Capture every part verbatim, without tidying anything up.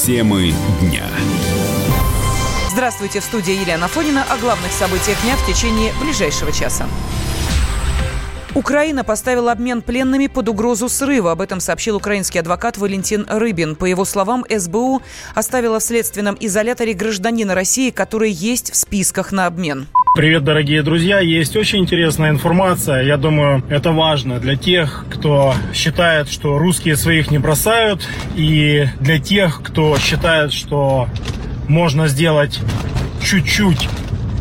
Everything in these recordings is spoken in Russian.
Темы дня. Здравствуйте, в студии Елена Афонина. О главных событиях дня в течение ближайшего часа. Украина поставила обмен пленными под угрозу срыва. Об этом сообщил украинский адвокат Валентин Рыбин. По его словам, эс бэ у оставила в следственном изоляторе гражданина России, который есть в списках на обмен. Привет, дорогие друзья. Есть очень интересная информация. Я думаю, это важно для тех, кто считает, что русские своих не бросают, и для тех, кто считает, что можно сделать чуть-чуть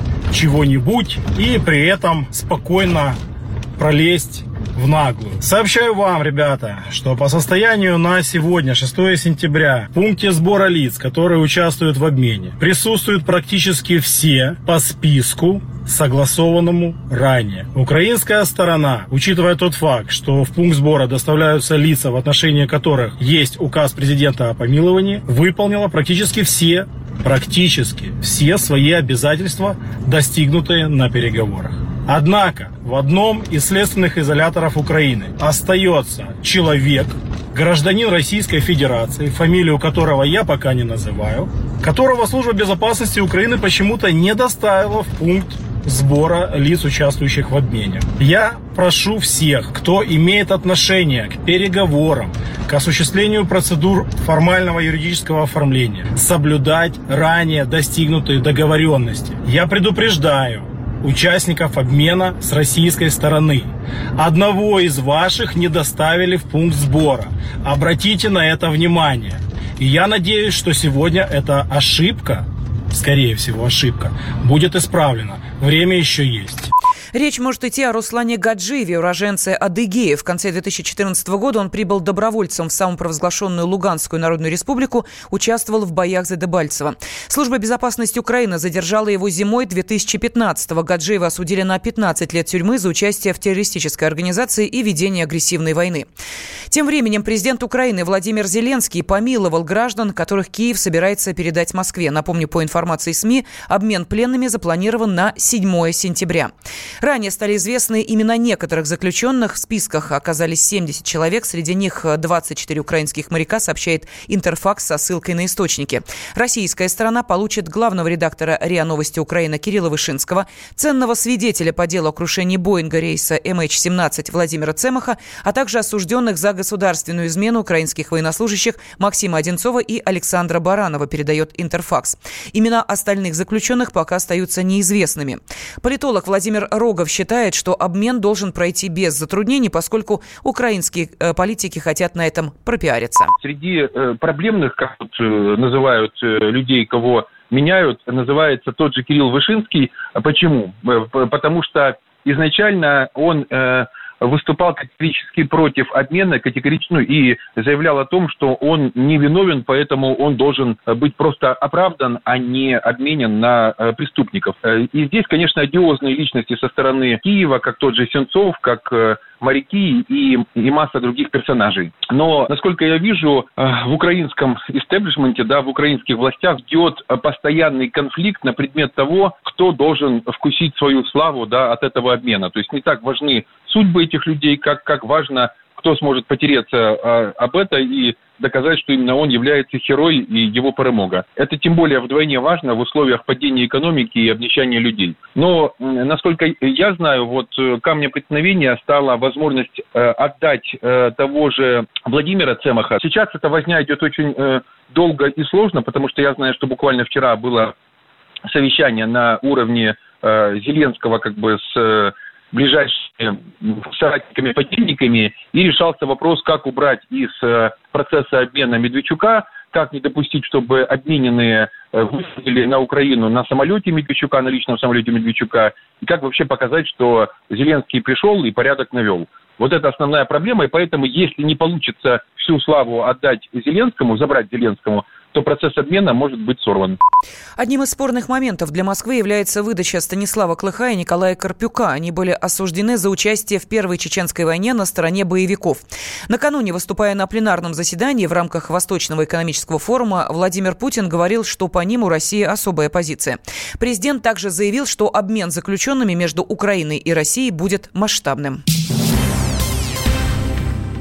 чего-нибудь и при этом спокойно пролезть в наглую. Сообщаю вам, ребята, что по состоянию на сегодня, шестое сентября, в пункте сбора лиц, которые участвуют в обмене, присутствуют практически все по списку, согласованному ранее. Украинская сторона, учитывая тот факт, что в пункт сбора доставляются лица, в отношении которых есть указ президента о помиловании, выполнила практически все, практически все свои обязательства, достигнутые на переговорах. Однако в одном из следственных изоляторов Украины остается человек, гражданин Российской Федерации, фамилию которого я пока не называю, которого Служба безопасности Украины почему-то не доставила в пункт сбора лиц, участвующих в обмене. Я прошу всех, кто имеет отношение к переговорам, к осуществлению процедур формального юридического оформления, соблюдать ранее достигнутые договоренности. Я предупреждаю участников обмена с российской стороны. Одного из ваших не доставили в пункт сбора. Обратите на это внимание. И я надеюсь, что сегодня эта ошибка, скорее всего ошибка, будет исправлена. Время еще есть. Речь может идти о Руслане Гаджиеве, уроженце Адыгеи. В конце две тысячи четырнадцатого года он прибыл добровольцем в самопровозглашенную Луганскую Народную Республику, участвовал в боях за Дебальцево. Служба безопасности Украины задержала его зимой две тысячи пятнадцатого. Гаджиева осудили на пятнадцать лет тюрьмы за участие в террористической организации и ведение агрессивной войны. Тем временем президент Украины Владимир Зеленский помиловал граждан, которых Киев собирается передать Москве. Напомню, по информации СМИ, обмен пленными запланирован на седьмое сентября. Ранее стали известны имена некоторых заключенных. В списках оказались семьдесят человек. Среди них двадцать четыре украинских моряка, сообщает Интерфакс со ссылкой на источники. Российская сторона получит главного редактора РИА Новости Украины Кирилла Вышинского, ценного свидетеля по делу о крушении Боинга рейса эм эйч семнадцать Владимира Цемаха, а также осужденных за государственную измену украинских военнослужащих Максима Одинцова и Александра Баранова, передает Интерфакс. Имена остальных заключенных пока остаются неизвестными. Политолог Владимир Рогов считает, что обмен должен пройти без затруднений, поскольку украинские э, политики хотят на этом пропиариться. Среди э, проблемных, как вот, э, называют э, людей, кого меняют, называется тот же Кирилл Вышинский. Почему? Потому что изначально он э, выступал категорически против обмена, категорично, ну, и заявлял о том, что он не виновен, поэтому он должен быть просто оправдан, а не обменен на э, преступников. И здесь, конечно, одиозные личности со стороны Киева, как тот же Сенцов, как э, моряки и, и масса других персонажей. Но, насколько я вижу, э, в украинском истеблишменте, да, в украинских властях идет постоянный конфликт на предмет того, кто должен вкусить свою славу, да, от этого обмена. То есть не так важны судьбы этих людей, как, как важно, кто сможет потереться а, об это и доказать, что именно он является героем и его перемога. Это тем более вдвойне важно в условиях падения экономики и обнищания людей. Но, насколько я знаю, вот камнем преткновения стала возможность э, отдать э, того же Владимира Цемаха. Сейчас эта возня идет очень э, долго и сложно, потому что я знаю, что буквально вчера было совещание на уровне э, Зеленского как бы с э, ближайшими соратниками, подельниками, и решался вопрос, как убрать из э, процесса обмена Медведчука, как не допустить, чтобы обмененные э, высадили на Украину на самолете Медведчука, на личном самолете Медведчука, и как вообще показать, что Зеленский пришел и порядок навел. Вот это основная проблема, и поэтому, если не получится всю славу отдать Зеленскому, забрать Зеленскому, то процесс обмена может быть сорван. Одним из спорных моментов для Москвы является выдача Станислава Клыха и Николая Карпюка. Они были осуждены за участие в Первой Чеченской войне на стороне боевиков. Накануне, выступая на пленарном заседании в рамках Восточного экономического форума, Владимир Путин говорил, что по ним у России особая позиция. Президент также заявил, что обмен заключенными между Украиной и Россией будет масштабным.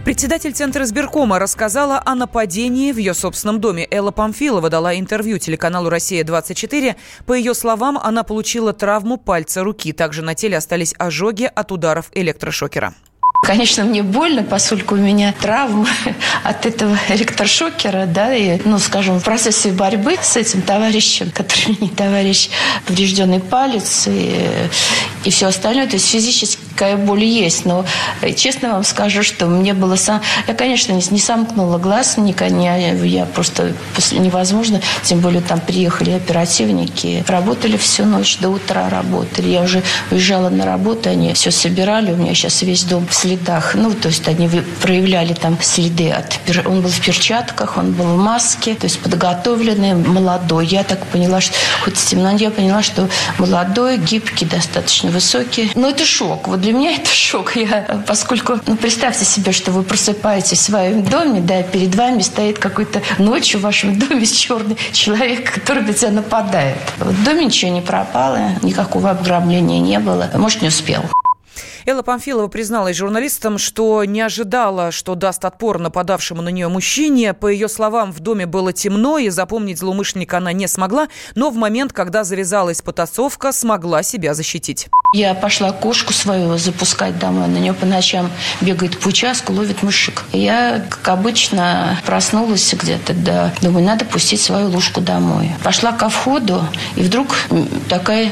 Председатель Центра избиркома рассказала о нападении в ее собственном доме. Элла Памфилова дала интервью телеканалу «Россия-двадцать четыре». По ее словам, она получила травму пальца руки. Также на теле остались ожоги от ударов электрошокера. Конечно, мне больно, поскольку у меня травма от этого электрошокера, да, и, ну, скажем, в процессе борьбы с этим товарищем, который мне товарищ, поврежденный палец и, и все остальное, то есть физическая боль есть, но честно вам скажу, что мне было сам... Я, конечно, не, не сомкнула глаз, не, не, я просто невозможно, тем более там приехали оперативники, работали всю ночь, до утра работали, я уже уезжала на работу, они все собирали, у меня сейчас весь дом в следах. Ну, то есть они проявляли там следы от... Он был в перчатках, он был в маске, то есть подготовленный, молодой. Я так поняла, что... Хоть темно, я поняла, что молодой, гибкий, достаточно высокий. Но это шок. Вот для меня это шок. Я, поскольку... Ну, представьте себе, что вы просыпаетесь в своем доме, да, перед вами стоит какой-то ночью в вашем доме черный человек, который на тебя нападает. В доме ничего не пропало, никакого ограбления не было. Может, не успел. Элла Памфилова призналась журналистам, что не ожидала, что даст отпор нападавшему на нее мужчине. По ее словам, в доме было темно, и запомнить злоумышленника она не смогла, но в момент, когда завязалась потасовка, смогла себя защитить. Я пошла кошку свою запускать домой. На нее по ночам бегает по участку, ловит мышек. Я, как обычно, проснулась где-то, да. Думаю, надо пустить свою Лушку домой. Пошла ко входу, и вдруг такая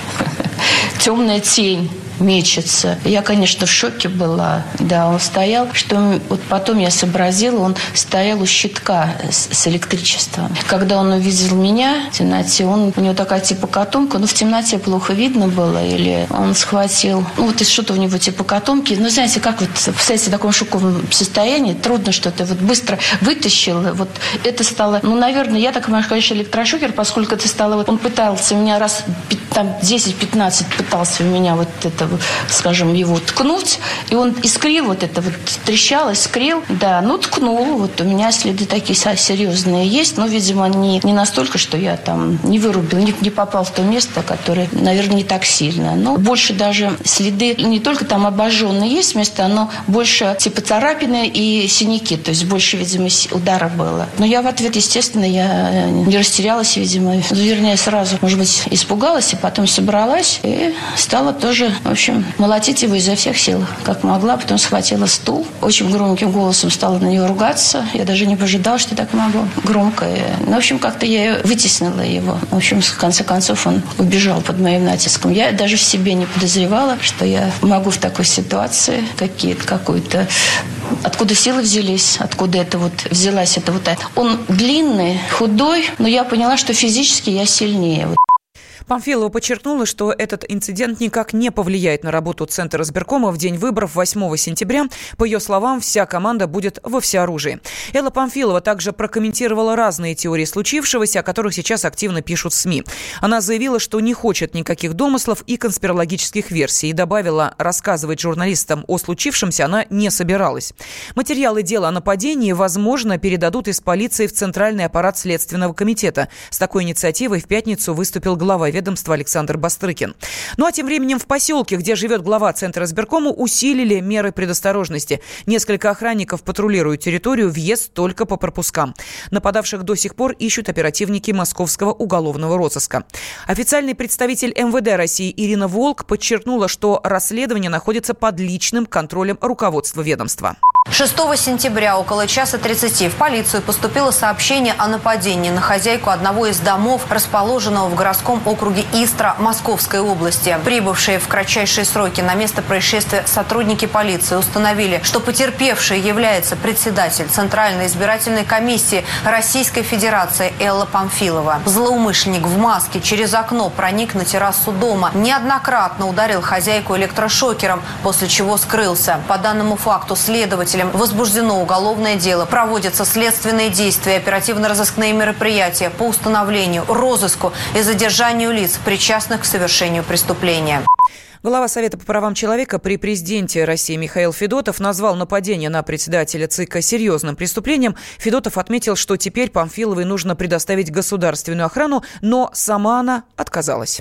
темная тень мечется. Я, конечно, в шоке была. Да, он стоял, что вот потом я сообразила, он стоял у щитка с, с электричеством. Когда он увидел меня в темноте, он, у него такая типа котомка, ну, в темноте плохо видно было, или он схватил, ну, вот и что-то у него типа котомки. Ну, знаете, как вот, представляете, в таком шоковом состоянии, трудно что-то вот быстро вытащил. Вот это стало, ну, наверное, я так понимаю, конечно, электрошокер, поскольку это стало, вот он пытался меня раз, там, десять-пятнадцать пытался у меня вот это, скажем, его ткнуть, и он искрил вот это вот, трещал, искрил, да, ну, ткнул, вот у меня следы такие серьезные есть, но, видимо, не, не настолько, что я там не вырубил, не, не попал в то место, которое, наверное, не так сильно, но больше даже следы, не только там обожженные есть место, но больше типа царапины и синяки, то есть больше, видимо, удара было. Но я в ответ, естественно, я не растерялась, видимо, вернее, сразу, может быть, испугалась, и потом собралась, и стала тоже, в общем, молотить его изо всех сил, как могла. Потом схватила стул, очень громким голосом стала на него ругаться. Я даже не ожидала, что так могу. Громко. Ну, в общем, как-то я вытеснила его. В общем, в конце концов, он убежал под моим натиском. Я даже в себе не подозревала, что я могу в такой ситуации какие-то, какую-то... Откуда силы взялись, откуда это вот взялась эта вот... Он длинный, худой, но я поняла, что физически я сильнее. Памфилова подчеркнула, что этот инцидент никак не повлияет на работу Центра избиркома в день выборов восьмого сентября. По ее словам, вся команда будет во всеоружии. Элла Памфилова также прокомментировала разные теории случившегося, о которых сейчас активно пишут СМИ. Она заявила, что не хочет никаких домыслов и конспирологических версий, и добавила, рассказывать журналистам о случившемся она не собиралась. Материалы дела о нападении, возможно, передадут из полиции в Центральный аппарат Следственного комитета. С такой инициативой в пятницу выступил глава ведомства Александр Бастрыкин. Ну а тем временем в поселке, где живет глава Центра избиркома, усилили меры предосторожности. Несколько охранников патрулируют территорию, въезд только по пропускам. Нападавших до сих пор ищут оперативники Московского уголовного розыска. Официальный представитель эм вэ дэ России Ирина Волк подчеркнула, что расследование находится под личным контролем руководства ведомства. шестого сентября около часа тридцати в полицию поступило сообщение о нападении на хозяйку одного из домов, расположенного в городском округе Истра Московской области. Прибывшие в кратчайшие сроки на место происшествия сотрудники полиции установили, что потерпевшей является председатель Центральной избирательной комиссии Российской Федерации Элла Памфилова. Злоумышленник в маске через окно проник на террасу дома, неоднократно ударил хозяйку электрошокером, после чего скрылся. По данному факту следователям возбуждено уголовное дело. Проводятся следственные действия, оперативно-розыскные мероприятия по установлению, розыску и задержанию лиц, причастных к совершению преступления. Глава Совета по правам человека при президенте России Михаил Федотов назвал нападение на председателя ЦИКа серьезным преступлением. Федотов отметил, что теперь Памфиловой нужно предоставить государственную охрану, но сама она отказалась.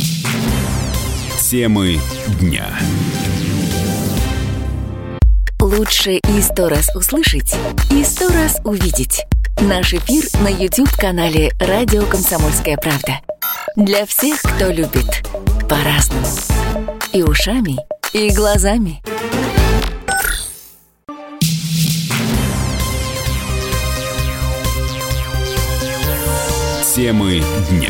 Темы дня. Лучше и сто раз услышать, и сто раз увидеть. Наш эфир на YouTube-канале «Радио Комсомольская правда». Для всех, кто любит по-разному. И ушами, и глазами. Темы дня.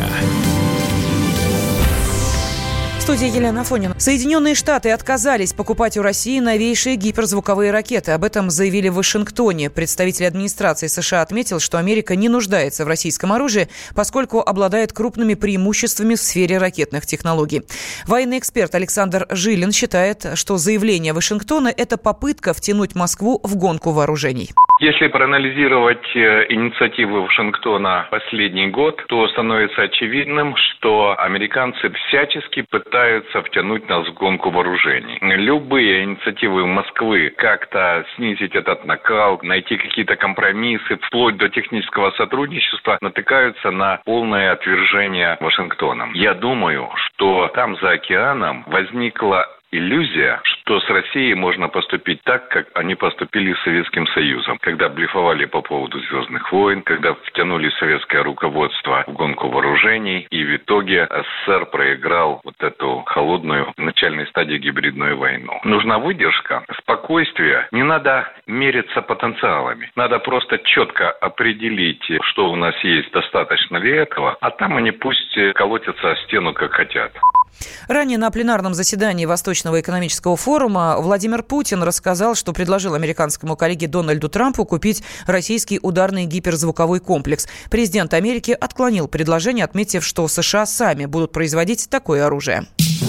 Студия Елена Афонина. Соединенные Штаты отказались покупать у России новейшие гиперзвуковые ракеты. Об этом заявили в Вашингтоне. Представитель администрации США отметил, что Америка не нуждается в российском оружии, поскольку обладает крупными преимуществами в сфере ракетных технологий. Военный эксперт Александр Жилин считает, что заявление Вашингтона – это попытка втянуть Москву в гонку вооружений. Если проанализировать инициативы Вашингтона последний год, то становится очевидным, что американцы всячески пытаются втянуть нас в гонку вооружений. Любые инициативы Москвы как-то снизить этот накал, найти какие-то компромиссы, вплоть до технического сотрудничества, натыкаются на полное отвержение Вашингтоном. Я думаю, что там за океаном возникла иллюзия, что с Россией можно поступить так, как они поступили с Советским Союзом, когда блефовали по поводу «Звездных войн», когда втянули советское руководство в гонку вооружений, и в итоге СССР проиграл вот эту холодную в начальной стадии гибридную войну. Нужна выдержка, спокойствие, не надо мериться потенциалами. Надо просто четко определить, что у нас есть, достаточно ли этого, а там они пусть колотятся о стену, как хотят. Ранее на пленарном заседании Восточного экономического форума Владимир Путин рассказал, что предложил американскому коллеге Дональду Трампу купить российский ударный гиперзвуковой комплекс. Президент Америки отклонил предложение, отметив, что США сами будут производить такое оружие.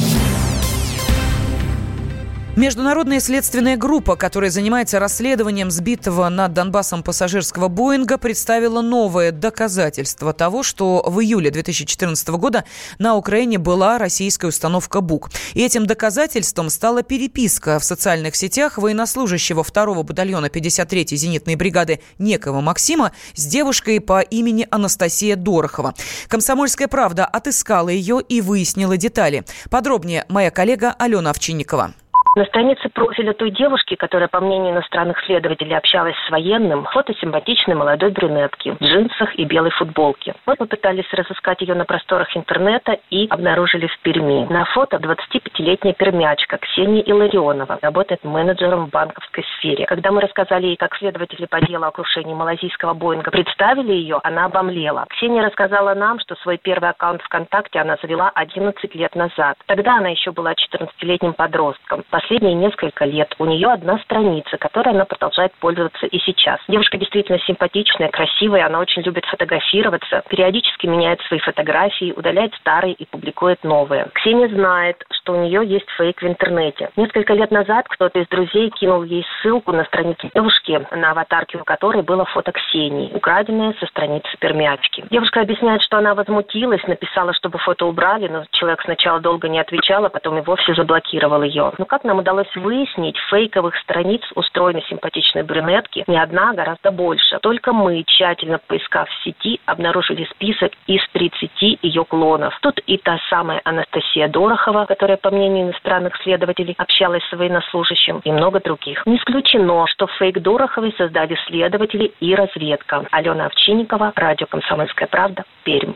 Международная следственная группа, которая занимается расследованием сбитого над Донбассом пассажирского Боинга, представила новое доказательство того, что в июле две тысячи четырнадцатого года на Украине была российская установка БУК. И этим доказательством стала переписка в социальных сетях военнослужащего второго батальона пятьдесят третьей зенитной бригады некого Максима с девушкой по имени Анастасия Дорохова. «Комсомольская правда» отыскала ее и выяснила детали. Подробнее моя коллега Алена Овчинникова. На странице профиля той девушки, которая, по мнению иностранных следователей, общалась с военным, фото симпатичной молодой брюнетки в джинсах и белой футболке. Мы попытались разыскать ее на просторах интернета и обнаружили в Перми. На фото двадцатипятилетняя пермячка Ксения Илларионова, работает менеджером в банковской сфере. Когда мы рассказали ей, как следователи по делу о крушении малазийского Боинга представили ее, она обомлела. Ксения рассказала нам, что свой первый аккаунт ВКонтакте она завела одиннадцать лет назад. Тогда она еще была четырнадцатилетним подростком. Последние несколько лет у нее одна страница, которой она продолжает пользоваться и сейчас. Девушка действительно симпатичная, красивая, она очень любит фотографироваться, периодически меняет свои фотографии, удаляет старые и публикует новые. Ксения знает, что у нее есть фейк в интернете. Несколько лет назад кто-то из друзей кинул ей ссылку на страницу девушки, на аватарке у которой было фото Ксении, украденное со страницы пермячки. Девушка объясняет, что она возмутилась, написала, чтобы фото убрали, но человек сначала долго не отвечал, а потом и вовсе заблокировал ее. Но как нам удалось выяснить, фейковых страниц устроенной симпатичной брюнетки не одна, а гораздо больше. Только мы, тщательно поискав в сети, обнаружили список из тридцати ее клонов. Тут и та самая Анастасия Дорохова, которая, по мнению иностранных следователей, общалась с военнослужащим, и много других. Не исключено, что фейк Дороховой создали следователи и разведка. Алена Овчинникова, радио «Комсомольская правда», Пермь.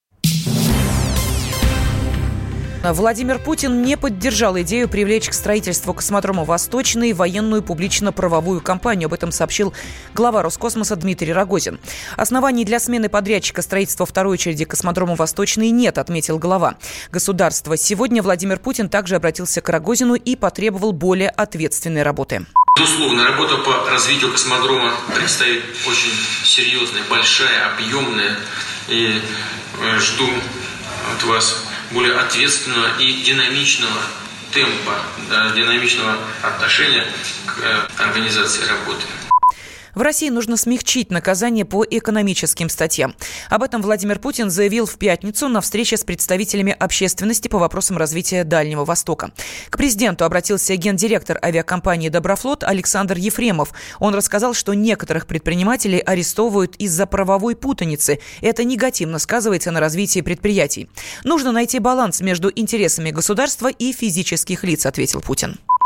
Владимир Путин не поддержал идею привлечь к строительству космодрома «Восточный» военную публично-правовую компанию. Об этом сообщил глава Роскосмоса Дмитрий Рогозин. Оснований для смены подрядчика строительства второй очереди космодрома «Восточный» нет, отметил глава государства. Сегодня Владимир Путин также обратился к Рогозину и потребовал более ответственной работы. Безусловно, работа по развитию космодрома предстоит очень серьезная, большая, объемная. И жду от вас более ответственного и динамичного темпа, да, динамичного отношения к организации работы. В России нужно смягчить наказание по экономическим статьям. Об этом Владимир Путин заявил в пятницу на встрече с представителями общественности по вопросам развития Дальнего Востока. К президенту обратился гендиректор авиакомпании «Доброфлот» Александр Ефремов. Он рассказал, что некоторых предпринимателей арестовывают из-за правовой путаницы. Это негативно сказывается на развитии предприятий. Нужно найти баланс между интересами государства и физических лиц, ответил Путин.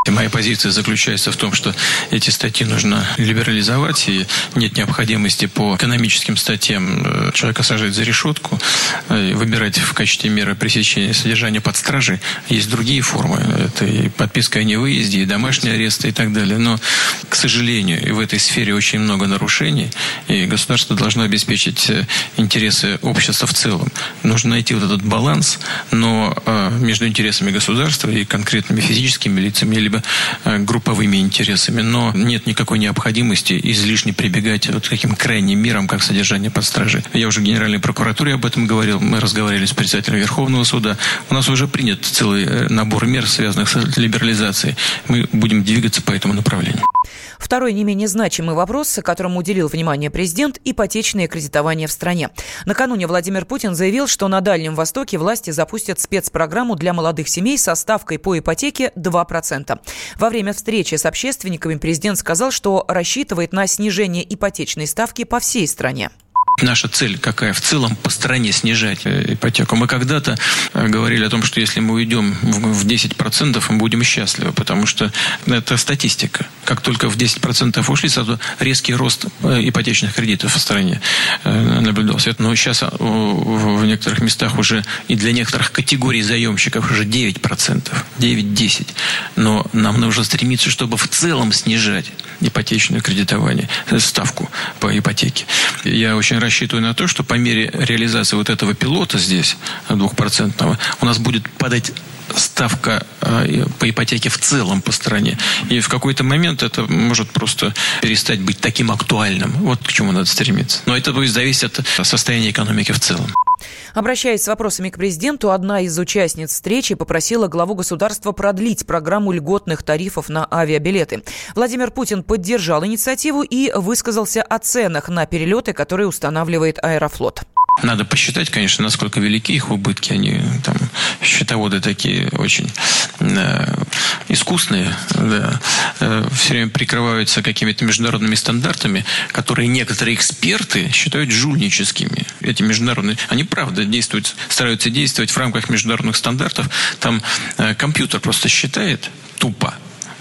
Моя позиция заключается в том, что эти статьи нужно либерализовать, и нет необходимости по экономическим статьям человека сажать за решетку, выбирать в качестве меры пресечения содержания под стражей. Есть другие формы. Это и подписка о невыезде, и домашний арест, и так далее. Но, к сожалению, и в этой сфере очень много нарушений, и государство должно обеспечить интересы общества в целом. Нужно найти вот этот баланс, но между интересами государства и конкретными физическими лицами, либо групповыми интересами. Но нет никакой необходимости излишне прибегать вот к таким крайним мерам, как содержание под стражей. Я уже Генеральной прокуратуре об этом говорил. Мы разговаривали с председателем Верховного суда. У нас уже принят целый набор мер, связанных с либерализацией. Мы будем двигаться по этому направлению. Второй не менее значимый вопрос, которому уделил внимание президент – ипотечное кредитование в стране. Накануне Владимир Путин заявил, что на Дальнем Востоке власти запустят спецпрограмму для молодых семей со ставкой по ипотеке два процента. Во время встречи с общественниками президент сказал, что рассчитывает на снижение ипотечной ставки по всей стране. Наша цель какая? В целом по стране снижать ипотеку. Мы когда-то говорили о том, что если мы уйдем в десять процентов, мы будем счастливы, потому что это статистика. Как только в десять процентов ушли, сразу резкий рост ипотечных кредитов в стране наблюдался. Но сейчас в некоторых местах уже и для некоторых категорий заемщиков уже девять процентов, девять-десять. Но нам нужно стремиться, чтобы в целом снижать ипотечное кредитование, ставку по ипотеке. Я очень рассчитываю на то, что по мере реализации вот этого пилота здесь, двухпроцентного, у нас будет падать ставка по ипотеке в целом по стране. И в какой-то момент это может просто перестать быть таким актуальным. Вот к чему надо стремиться. Но это будет зависеть от состояния экономики в целом. Обращаясь с вопросами к президенту, одна из участниц встречи попросила главу государства продлить программу льготных тарифов на авиабилеты. Владимир Путин поддержал инициативу и высказался о ценах на перелеты, которые устанавливает Аэрофлот. Надо посчитать, конечно, насколько велики их убытки. Они там счетоводы такие очень э, искусные, да, э, все время прикрываются какими-то международными стандартами, которые некоторые эксперты считают жульническими. Эти международные, они правда действуют, стараются действовать в рамках международных стандартов. Там э, компьютер просто считает тупо,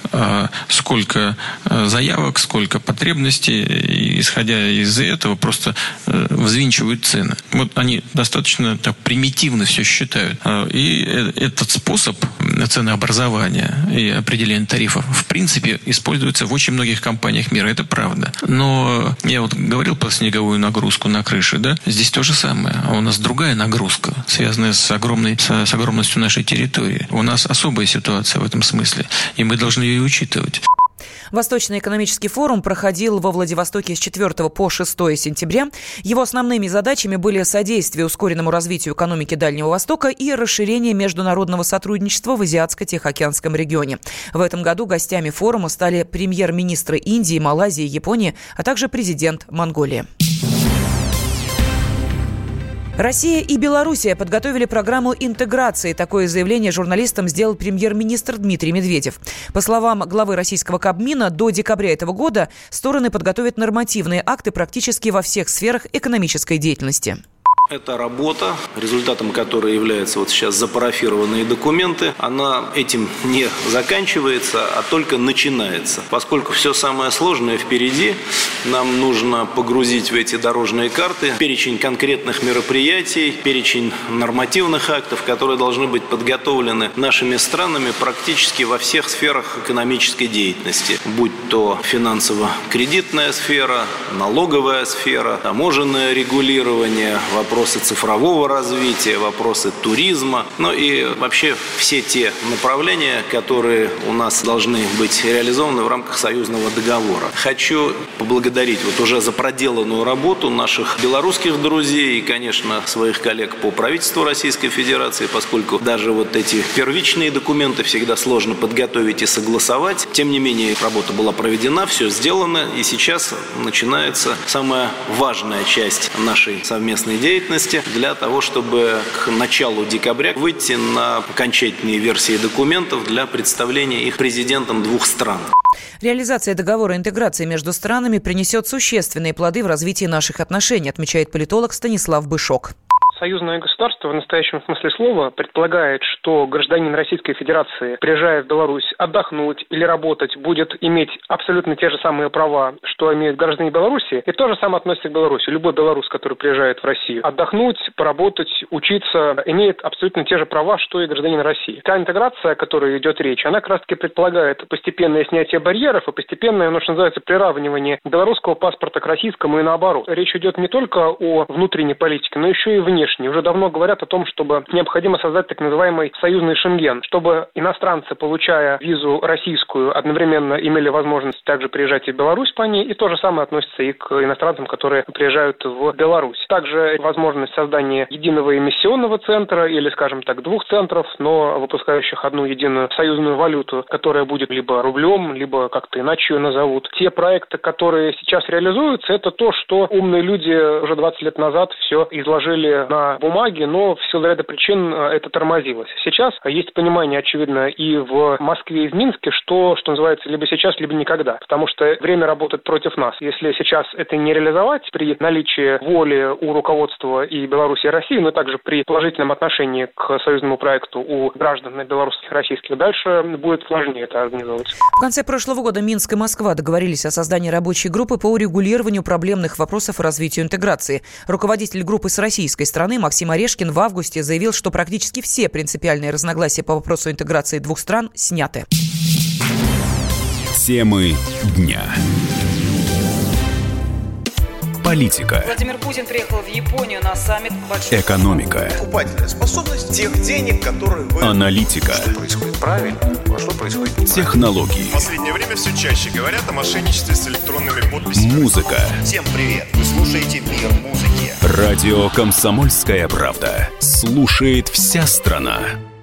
сколько заявок, сколько потребностей, и, исходя из этого, просто взвинчивают цены. Вот они достаточно так примитивно все считают. И этот способ ценообразования и определения тарифов, в принципе, используется в очень многих компаниях мира. Это правда. Но я вот говорил про снеговую нагрузку на крыше, да? Здесь то же самое. А у нас другая нагрузка, связанная с огромной, с, с огромностью нашей территории. У нас особая ситуация в этом смысле. И мы должны ее учитывать. Восточный экономический форум проходил во Владивостоке с четвёртого по шестое сентября. Его основными задачами были содействие ускоренному развитию экономики Дальнего Востока и расширение международного сотрудничества в Азиатско-Тихоокеанском регионе. В этом году гостями форума стали премьер-министры Индии, Малайзии, Японии, а также президент Монголии. Россия и Белоруссия подготовили программу интеграции. Такое заявление журналистам сделал премьер-министр Дмитрий Медведев. По словам главы российского Кабмина, до декабря этого года стороны подготовят нормативные акты практически во всех сферах экономической деятельности. Эта работа, результатом которой являются вот сейчас запарафированные документы, она этим не заканчивается, а только начинается. Поскольку все самое сложное впереди, нам нужно погрузить в эти дорожные карты перечень конкретных мероприятий, перечень нормативных актов, которые должны быть подготовлены нашими странами практически во всех сферах экономической деятельности. Будь то финансово-кредитная сфера, налоговая сфера, таможенное регулирование, вопросы Вопросы цифрового развития, вопросы туризма, ну и вообще все те направления, которые у нас должны быть реализованы в рамках союзного договора. Хочу поблагодарить вот уже за проделанную работу наших белорусских друзей и, конечно, своих коллег по правительству Российской Федерации, поскольку даже вот эти первичные документы всегда сложно подготовить и согласовать. Тем не менее, работа была проведена, все сделано, и сейчас начинается самая важная часть нашей совместной деятельности для того, чтобы к началу декабря выйти на окончательные версии документов для представления их президентам двух стран. Реализация договора интеграции между странами принесет существенные плоды в развитии наших отношений, отмечает политолог Станислав Бышок. Союзное государство в настоящем смысле слова предполагает, что гражданин Российской Федерации, приезжая в Беларусь отдохнуть или работать, будет иметь абсолютно те же самые права, что имеют граждане Беларуси, и то же самое относится к Беларуси. Любой белорус, который приезжает в Россию, отдохнуть, поработать, учиться, имеет абсолютно те же права, что и гражданин России. Та интеграция, о которой идет речь, она как раз-таки предполагает постепенное снятие барьеров и постепенное, ну, что называется, приравнивание белорусского паспорта к российскому и наоборот. Речь идет не только о внутренней политике, но еще и внешней. Уже давно говорят о том, чтобы необходимо создать так называемый союзный Шенген, чтобы иностранцы, получая визу российскую, одновременно имели возможность также приезжать и в Беларусь по ней, и то же самое относится и к иностранцам, которые приезжают в Беларусь. Также возможность создания единого эмиссионного центра или, скажем так, двух центров, но выпускающих одну единую союзную валюту, которая будет либо рублем, либо как-то иначе ее назовут. Те проекты, которые сейчас реализуются, это то, что умные люди уже двадцать лет назад все изложили на бумаге, но в силу ряда причин это тормозилось. Сейчас есть понимание, очевидно, и в Москве, и в Минске, что, что называется, либо сейчас, либо никогда. Потому что время работает против нас. Если сейчас это не реализовать при наличии воли у руководства и Беларуси, и России, но также при положительном отношении к союзному проекту у граждан белорусских и российских, дальше будет сложнее это организовать. В конце прошлого года Минск и Москва договорились о создании рабочей группы по урегулированию проблемных вопросов и развитию интеграции. Руководитель группы с российской стороны Максим Орешкин в августе заявил, что практически все принципиальные разногласия по вопросу интеграции двух стран сняты. Темы дня. Политика. Владимир Путин приехал в Японию на саммит большой... Экономика. Покупательная способность тех денег, которые вы... Аналитика. Что происходит правильно, а что происходит неправильно. Технологии. В последнее время все чаще говорят о мошенничестве с электронными подписями. Музыка. Всем привет. Вы слушаете «Мир музыки». Радио «Комсомольская правда». Слушает вся страна.